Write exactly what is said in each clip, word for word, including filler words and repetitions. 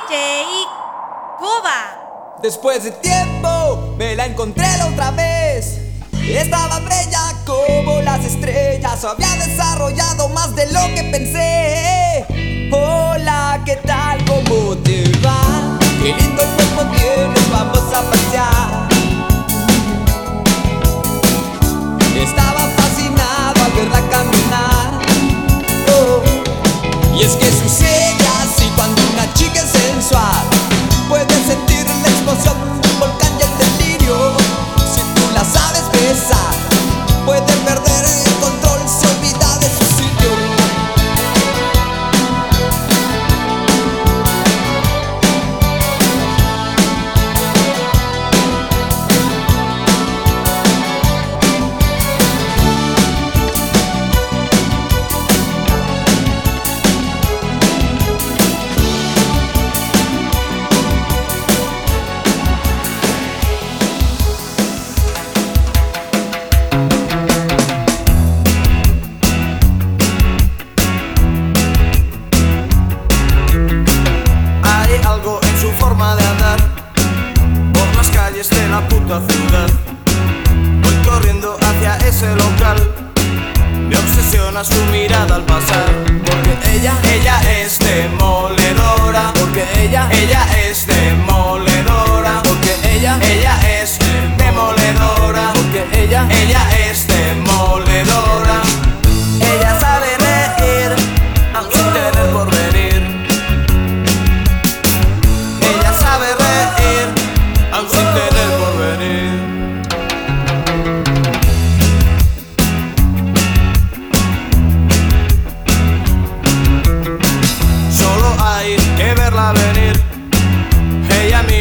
D J Cuba. Después de tiempo me la encontré la otra vez. Estaba bella como las estrellas, había desarrollado más de lo que pensé. Hola, ¿qué tal? ¿Cómo te va? Qué lindo cuerpo tienes, vamos a pasear. Estaba fascinado al verla caminar. Oh. Y es que sucede así cuando una chica es sensual. Puedes sentir la explosión de un volcán y el delirio. Si tú la sabes besar, puede perder el control, se olvida de su sitio. De la puta ciudad, voy corriendo hacia ese local. Me obsesiona su mirada al pasar, porque ella, ella es demoledora, porque ella, ella es demoledora, porque ella, ella es demoledora, porque ella, ella es demoledora. Ella sabe reír, aun sin tener porvenir. Ella sabe reír, aun sin tener porvenir. Solo hay que verla venir. Ella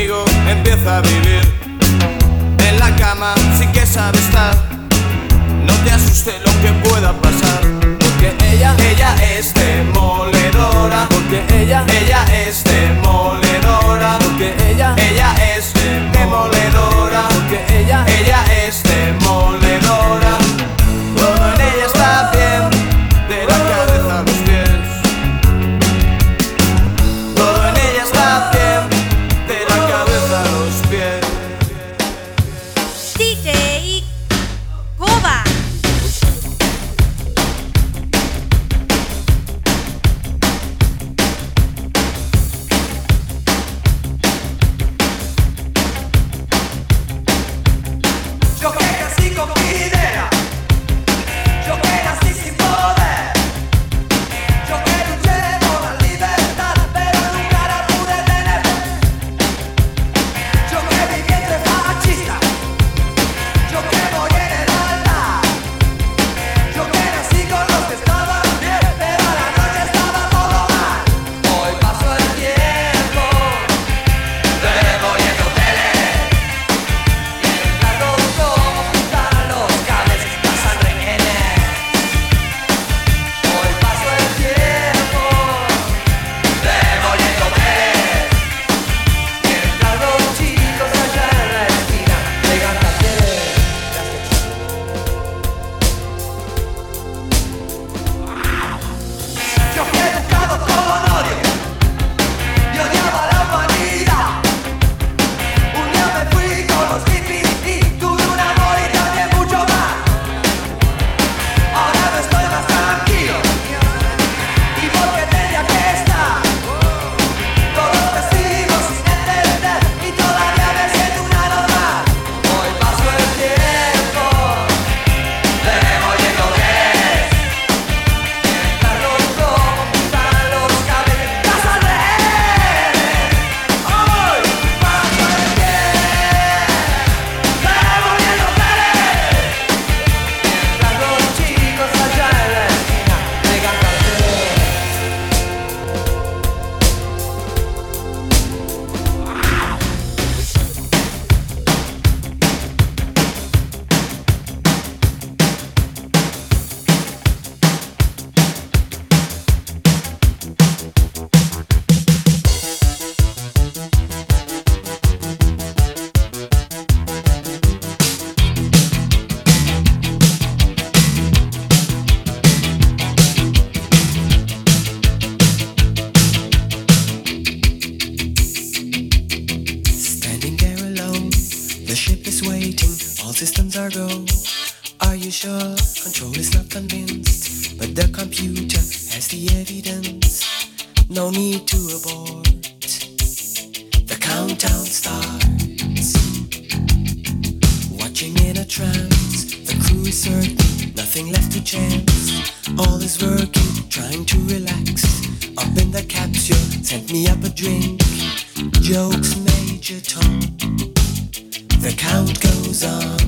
are go. Are you sure? Control is not convinced, but the computer has the evidence. No need to abort. The countdown starts. Watching in a trance, the crew is certain, nothing left to chance. All is working, trying to relax. Up in the capsule, sent me up a drink. Jokes, Major Tom. The count goes on.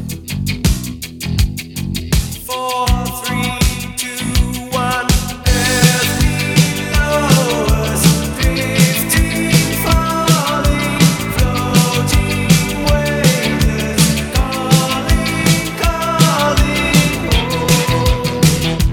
Four, three, two, one. As we lower us, drifting, falling, floating, waves, calling, calling home.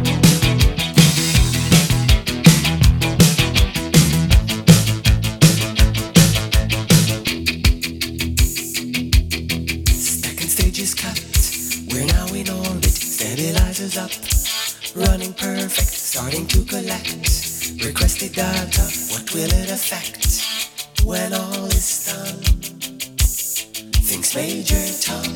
Second stage is cut. We're now in orbit. Stabilizers up. Running perfect. Starting to collect. Requested data. What will it affect when all is done? Thinks Major Tom.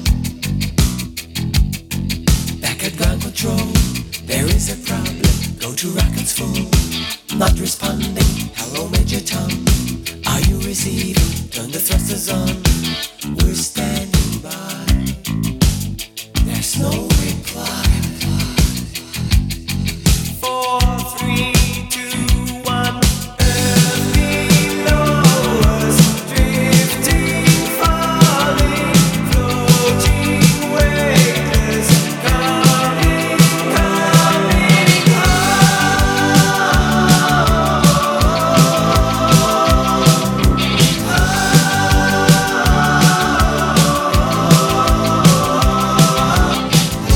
Back at ground control. There is a problem. Go to rockets full. Not responding. Hello, Major Tom. Are you receiving? Turn the thrusters on. We're standing by. There's no reply. Four, three, two, one. As below us, drifting, falling, floating, weightless, coming, coming home.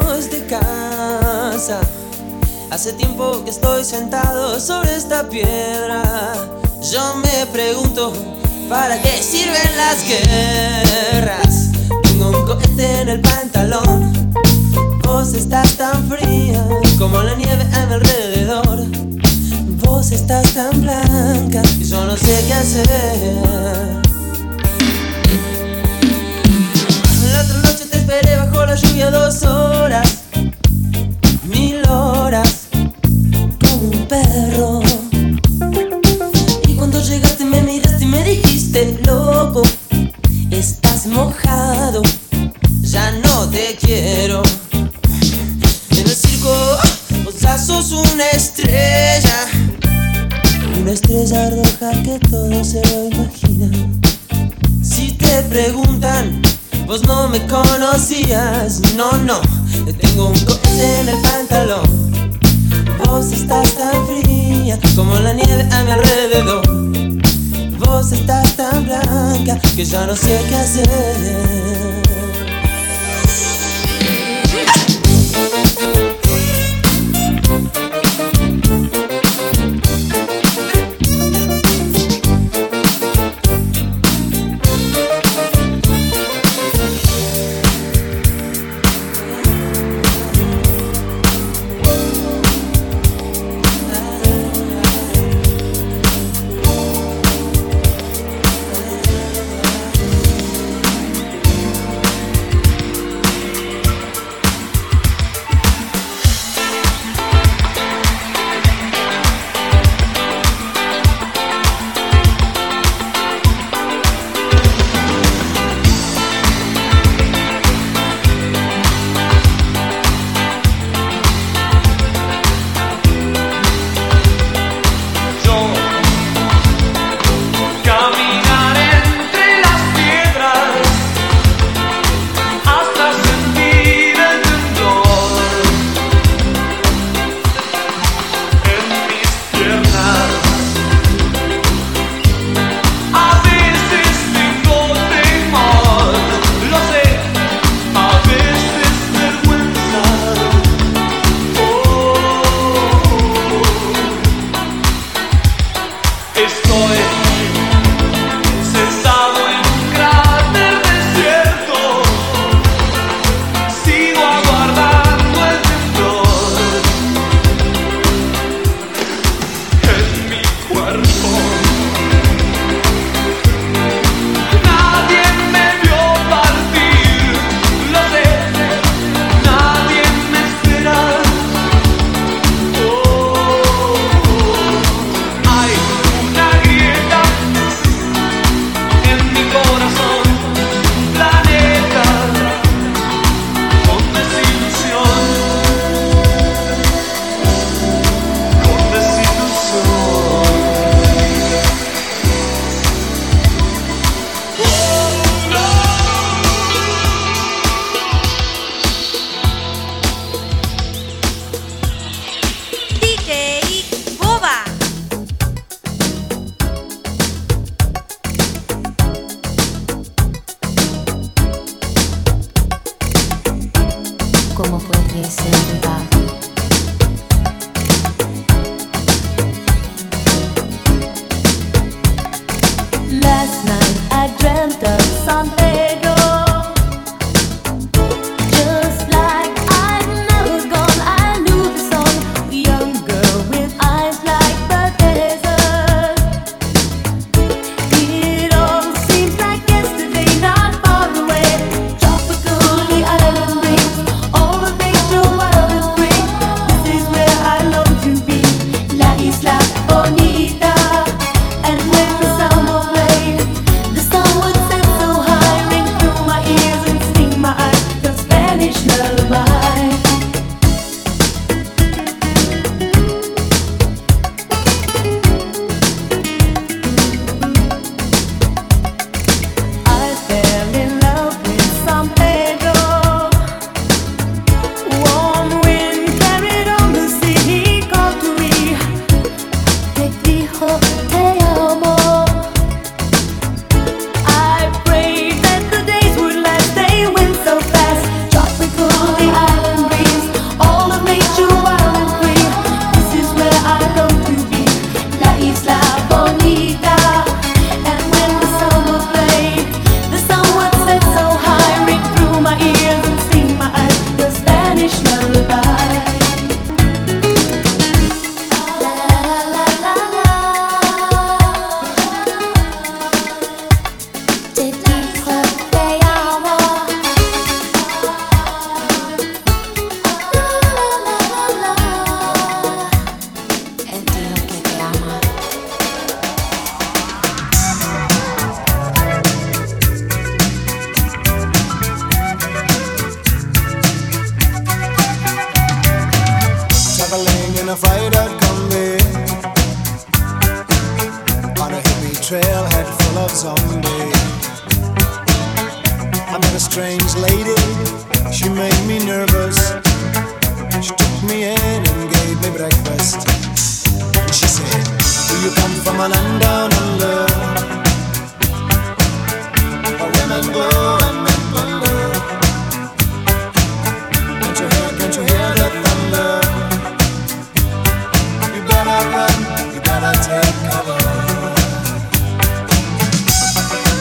lejos de casa. Hace tiempo que estoy sentado sobre esta piedra. Yo me pregunto, ¿para qué sirven las guerras? Tengo un cohete en el pantalón. Vos estás tan fría como la nieve a mi alrededor. Vos estás tan blanca que yo no sé qué hacer. La otra noche te esperé bajo la lluvia dos horas, mil horas, como un perro. Y cuando llegaste me miraste y me dijiste, loco, estás mojado, ya no te quiero. En el circo vos ya sos una estrella, una estrella roja que todo se lo imagina. Si te preguntan, vos no me conocías, no, no. Tengo un cohete en el pantalón. Vos estás tan fría como la nieve a mi alrededor. Vos estás tan blanca que ya no sé qué hacer. All the things the world is free. a fighter combi on a hippie trailhead full of zombies. I met a strange lady, she made me nervous. She took me in and gave me breakfast. And she said, do you come from a land down under, where women go and men plunder? Can't you hear, can't you hear the thunder? You better run, you better take cover.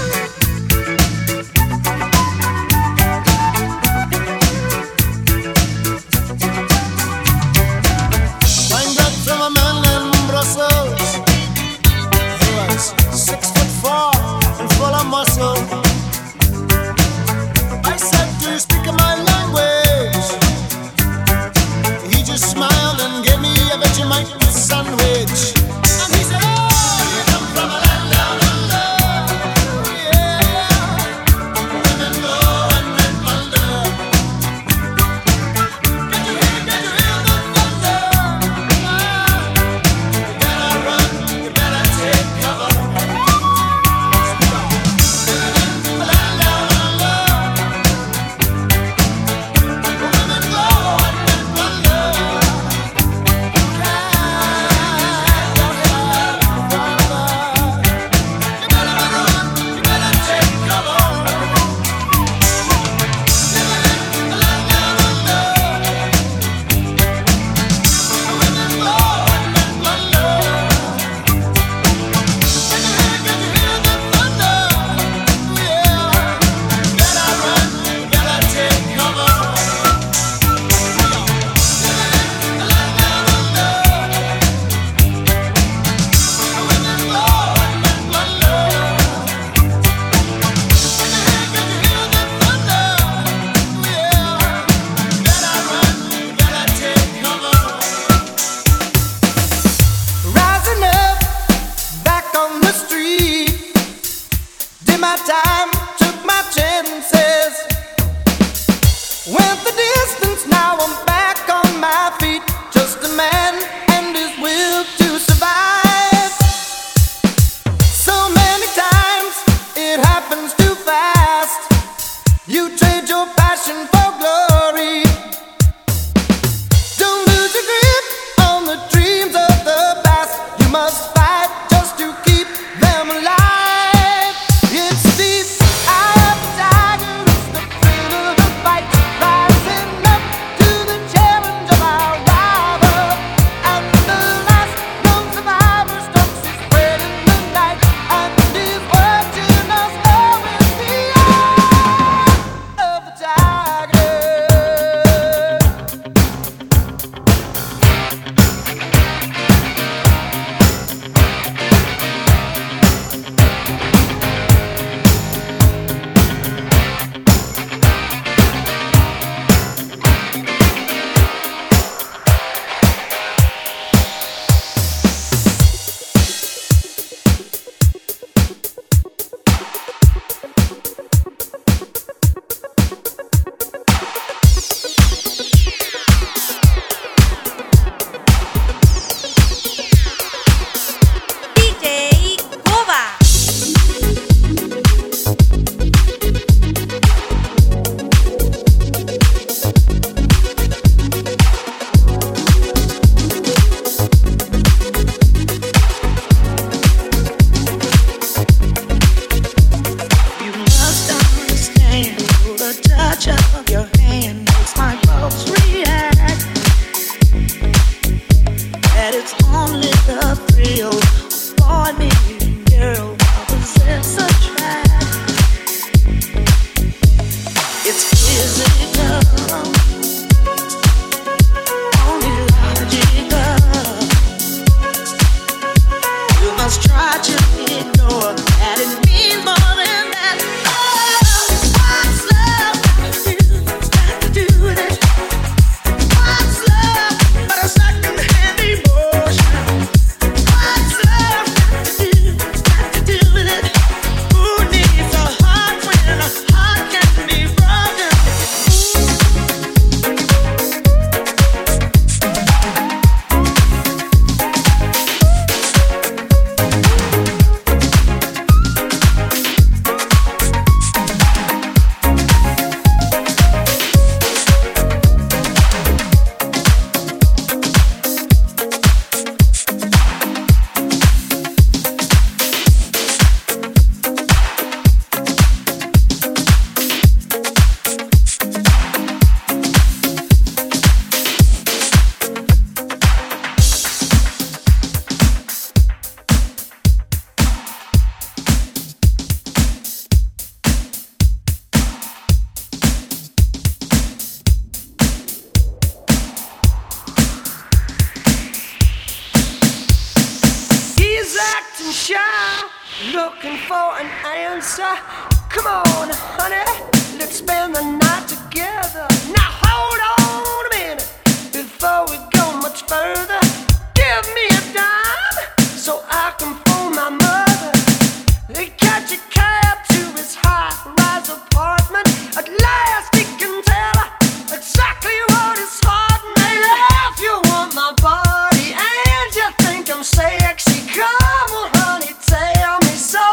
shy, looking for an answer. Come on, honey, let's spend the night together. Now hold on a minute, before we go much further. Give me a dime, so I can phone my mother. They catch a cab to his high-rise apartment. At last he can tell her exactly what his heart made. If you want my body and you think I'm sexy, come on, honey, tell me so.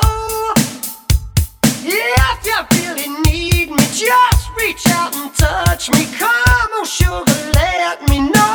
If you really need me, just reach out and touch me. Come on, sugar, let me know.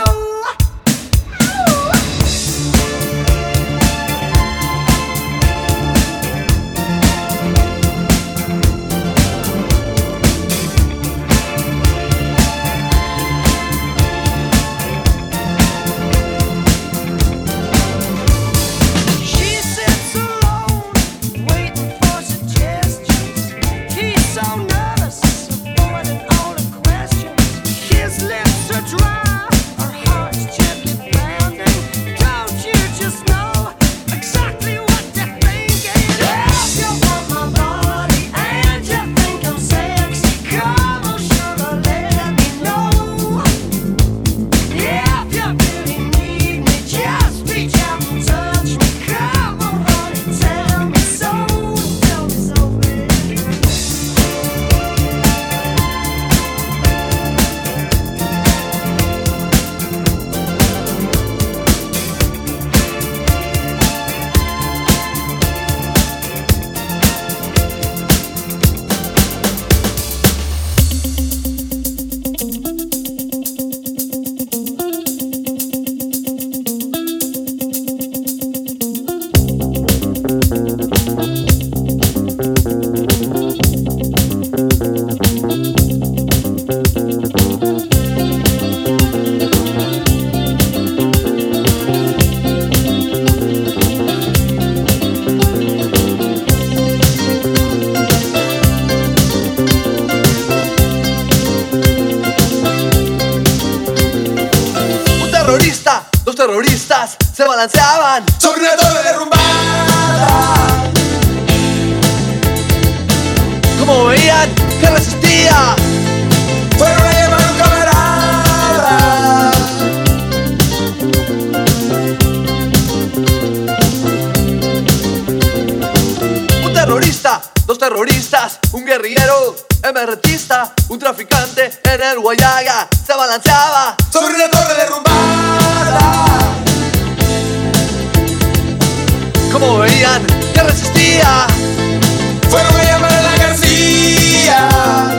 Terroristas se balanceaban sobre una torre derrumbada. Como veían que resistía, fueron a llamar a un camarada. Un terrorista, dos terroristas, un guerrillero, emerretista, un traficante en el Guayaga se balanceaba sobre una torre derrumbada. Como veían que resistía, fueron a llamar a la García.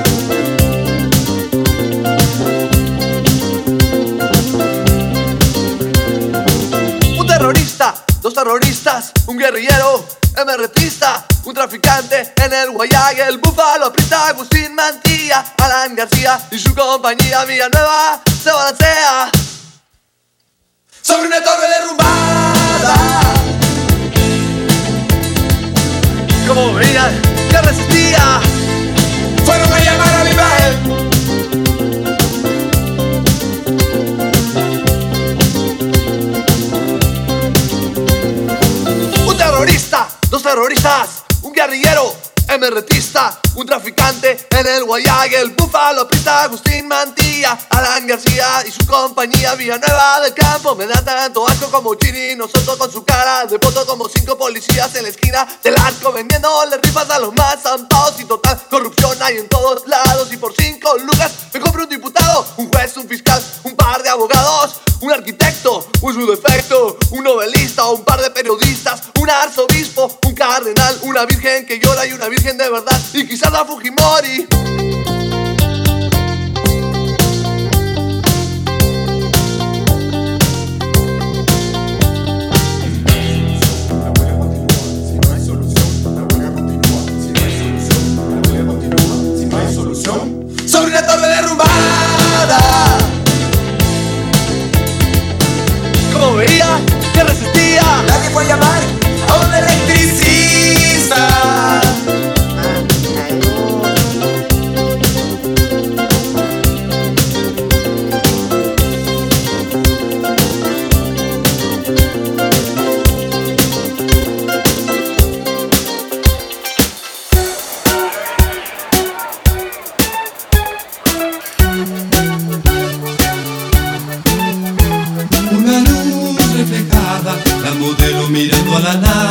Un terrorista, dos terroristas, un guerrillero, emerretista, un traficante en el Guayaga, el búfalo prista, Agustín Mantilla, Alan García y su compañía Villanueva se balancea sobre una torre derrumbada. Como veían que resistía, fueron a llamar a Vivael. Un terrorista, dos terroristas, un guerrillero, emerretista, un traficante en el Guayaga, el búfalo prista, Agustín Mantilla, Alan García y su compañía Villanueva del Campo. Me da tanto asco como Chiri, nosotros con su cara de poto como cinco policías en la esquina del arco, vendiéndole rifas a los más zampados. Y total corrupción hay en todos lados. Y por cinco lucas me compro un diputado, un juez, un fiscal, un par de abogados, un arquitecto, un su defecto, un novelista, un par de periodistas, un arzobispo, un cardenal, una virgen que llora y una virgen de verdad, y quizás la Fujimori. Sobre una torre derrumbada. Como veía que resistía, nadie fue a llamar a un electricista. na na